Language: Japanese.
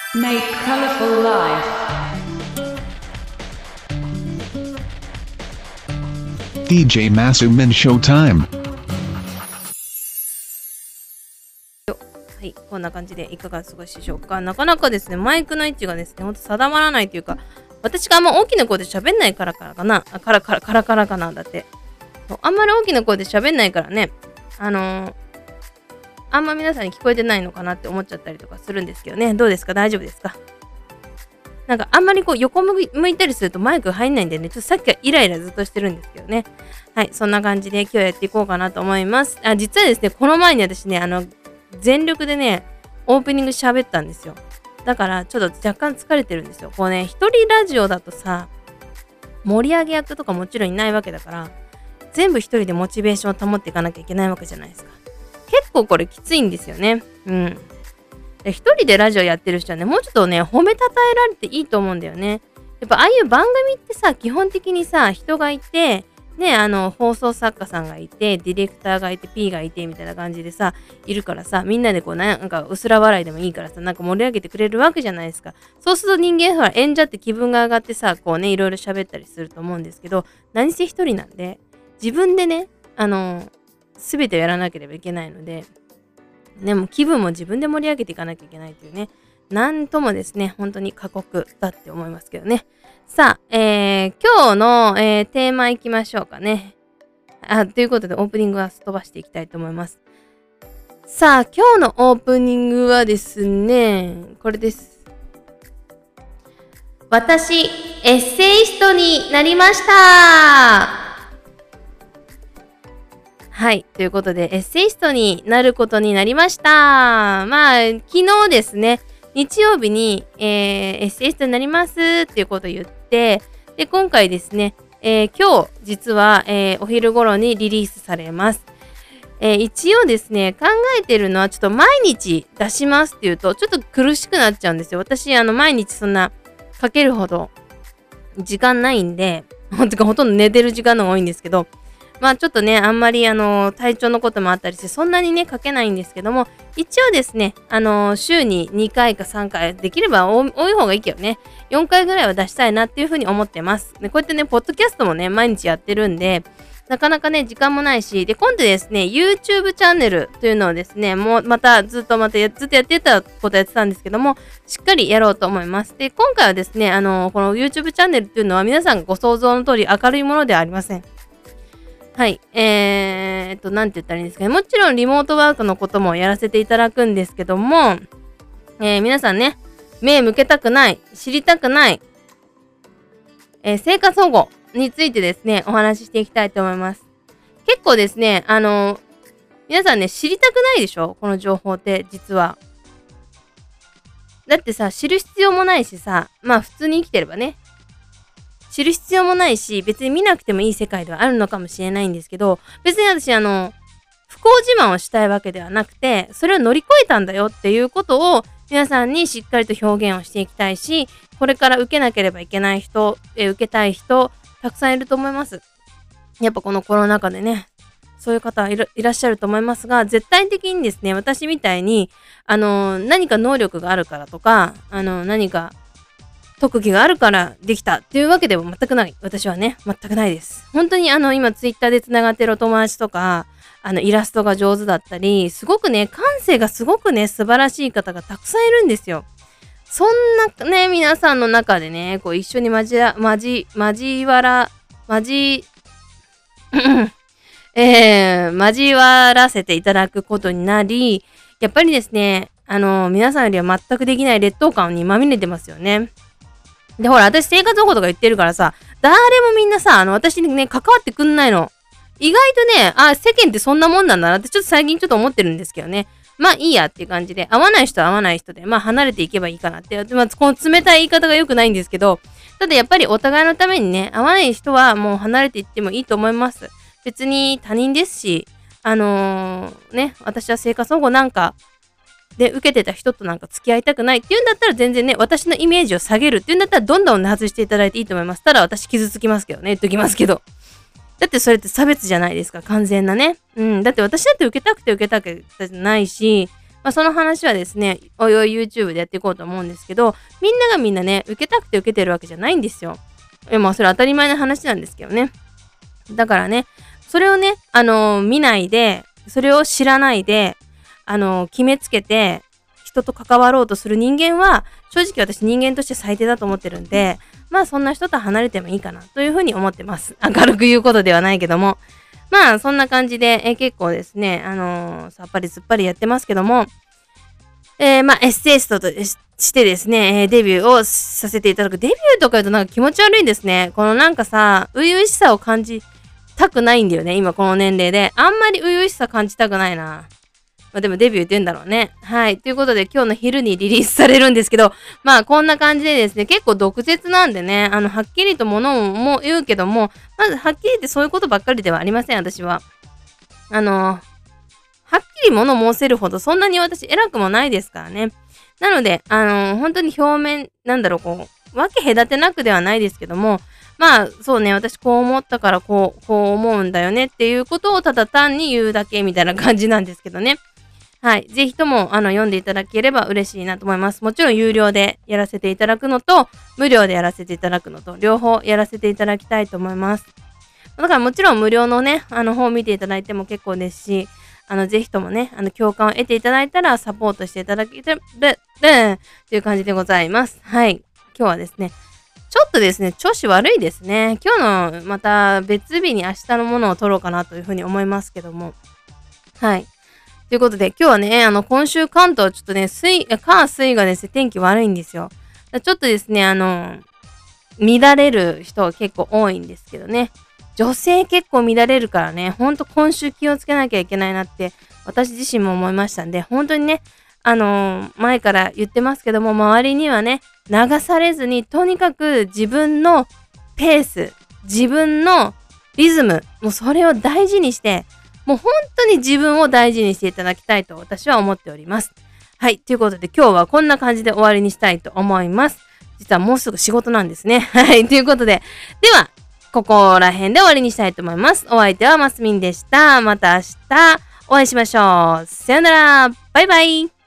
Make colorful life. DJ Masumin Showtime。 はい、こんな感じでいかがお過ごしでしょうか。なかなかですね、マイクの位置がですね、ほんと定まらないというか、私があんま大きな声で喋んないからかな、カラかな、だって。あんまり大きな声で喋んないからね、あんま皆さんに聞こえてないのかなって思っちゃったりとかするんですけどね。どうですか？大丈夫ですか？なんかあんまりこう横向いたりするとマイク入んないんでね、ちょっとさっきからイライラずっとしてるんですけどね。はい、そんな感じで今日やっていこうかなと思います。実はですね、この前に私ね、全力でね、オープニング喋ったんですよ。だからちょっと若干疲れてるんですよ。こうね、一人ラジオだとさ、盛り上げ役とかもちろんいないわけだから、全部一人でモチベーションを保っていかなきゃいけないわけじゃないですか。結構これきついんですよね。一人でラジオやってる人はね、もうちょっとね、褒めたたえられていいと思うんだよね。やっぱああいう番組ってさ、基本的にさ、人がいて、ね、放送作家さんがいて、ディレクターがいて、P がいてみたいな感じでさ、いるからさ、みんなでこうなんか薄ら笑いでもいいからさ、なんか盛り上げてくれるわけじゃないですか。そうすると人間ほら演者って気分が上がってさ、こうね、いろいろ喋ったりすると思うんですけど、何せ一人なんで、自分でね、すべてをやらなければいけないので、でも気分も自分で盛り上げていかなきゃいけないというね、なんともですね、本当に過酷だって思いますけどね。さあ、今日の、テーマいきましょうかね。ということでオープニングはすっ飛ばしていきたいと思います。さあ、今日のオープニングはですね、これです。私、エッセイストになりました。はい。ということで、エッセイストになることになりました。昨日ですね、日曜日に、エッセイストになりますっていうことを言って、で、今回ですね、今日、実は、お昼頃にリリースされます。一応ですね、考えてるのは、ちょっと毎日出しますっていうと、ちょっと苦しくなっちゃうんですよ。私、毎日そんな書けるほど時間ないんで、ほとんど寝てる時間の方が多いんですけど、ちょっとね、あんまり体調のこともあったりして、そんなにね、書けないんですけども、一応ですね、週に2回か3回、できれば多い方がいいけどね、4回ぐらいは出したいなっていうふうに思ってます。で、こうやってね、ポッドキャストもね、毎日やってるんで、なかなかね、時間もないし、で、今度ですね、YouTube チャンネルというのをですね、もうずっとやってたことやってたんですけども、しっかりやろうと思います。で、今回はですね、この YouTube チャンネルっていうのは皆さんがご想像の通り明るいものではありません。はい。なんて言ったらいいんですかね。もちろんリモートワークのこともやらせていただくんですけども、皆さんね、目向けたくない、知りたくない、生活保護についてですね、お話ししていきたいと思います。結構ですね、皆さんね、知りたくないでしょ？この情報って、実は。だってさ、知る必要もないしさ、普通に生きてればね、知る必要もないし、別に見なくてもいい世界ではあるのかもしれないんですけど、別に私不幸自慢をしたいわけではなくて、それを乗り越えたんだよっていうことを皆さんにしっかりと表現をしていきたいし、これから受けなければいけない人、受けたい人、たくさんいると思います。やっぱこのコロナ禍でね、そういう方いらっしゃると思いますが、絶対的にですね、私みたいに、何か能力があるからとか、何か特技があるからできたっていうわけでは全くない。私はね、全くないです。本当に今ツイッターでつながってるお友達とか、イラストが上手だったり、すごくね、感性がすごくね、素晴らしい方がたくさんいるんですよ。そんなね、皆さんの中でね、こう一緒に交わらせていただくことになり、やっぱりですね、皆さんよりは全くできない劣等感にまみれてますよね。で、ほら、私生活保護とか言ってるからさ、誰もみんなさ、私にね、関わってくんないの。意外とね、世間ってそんなもんなんだなって、ちょっと最近ちょっと思ってるんですけどね。いいやっていう感じで、合わない人は合わない人で、離れていけばいいかなって。この冷たい言い方が良くないんですけど、ただやっぱりお互いのためにね、合わない人はもう離れていってもいいと思います。別に他人ですし、私は生活保護なんか、で、受けてた人となんか付き合いたくないっていうんだったら全然ね、私のイメージを下げるっていうんだったらどんどん外していただいていいと思います。ただ私傷つきますけどね、言っときますけど。だってそれって差別じゃないですか、完全なね。だって私だって受けたくてないし、 まあ、その話はですね、おいおい YouTube でやっていこうと思うんですけど、みんながみんなね、受けたくて受けてるわけじゃないんですよ。まあ、それ当たり前の話なんですけどね。だからね、それをね、見ないで、それを知らないで、決めつけて、人と関わろうとする人間は、正直私人間として最低だと思ってるんで、まあそんな人と離れてもいいかなというふうに思ってます。明るく言うことではないけども。まあそんな感じで、結構ですね、さっぱりすっぱりやってますけども、まあエッセイストとしてですね、デビューをさせていただく。デビューとか言うとなんか気持ち悪いんですね。このなんかさ、初々しさを感じたくないんだよね。今この年齢で。あんまり初々しさ感じたくないな。まあでもデビューって言うんだろうね。はい。ということで今日の昼にリリースされるんですけど、まあこんな感じでですね、結構毒舌なんでね、はっきりとものも言うけども、まずはっきり言ってそういうことばっかりではありません、私は。はっきり物申せるほどそんなに私偉くもないですからね。なので、本当に表面、なんだろう、こう、分け隔てなくではないですけども、まあ、そうね、私こう思ったからこう思うんだよねっていうことをただ単に言うだけみたいな感じなんですけどね。はい。ぜひとも、読んでいただければ嬉しいなと思います。もちろん有料でやらせていただくのと、無料でやらせていただくのと、両方やらせていただきたいと思います。だからもちろん無料のね、方を見ていただいても結構ですし、ぜひともね、共感を得ていただいたらサポートしていただければ、という感じでございます。はい。今日はですね、ちょっとですね、調子悪いですね。今日のまた別日に明日のものを撮ろうかなというふうに思いますけども。はい。ということで、今日はね、今週関東ちょっとね、火水がですね、天気悪いんですよ。ちょっとですね、乱れる人が結構多いんですけどね。女性結構乱れるからね、ほんと今週気をつけなきゃいけないなって、私自身も思いましたんで、本当にね、前から言ってますけども、周りにはね、流されずに、とにかく自分のペース、自分のリズム、もうそれを大事にして、もう本当に自分を大事にしていただきたいと私は思っております。はい。ということで今日はこんな感じで終わりにしたいと思います。実はもうすぐ仕事なんですね。はい。ということで、では、ここら辺で終わりにしたいと思います。お相手はマスミンでした。また明日お会いしましょう。さよなら。バイバイ。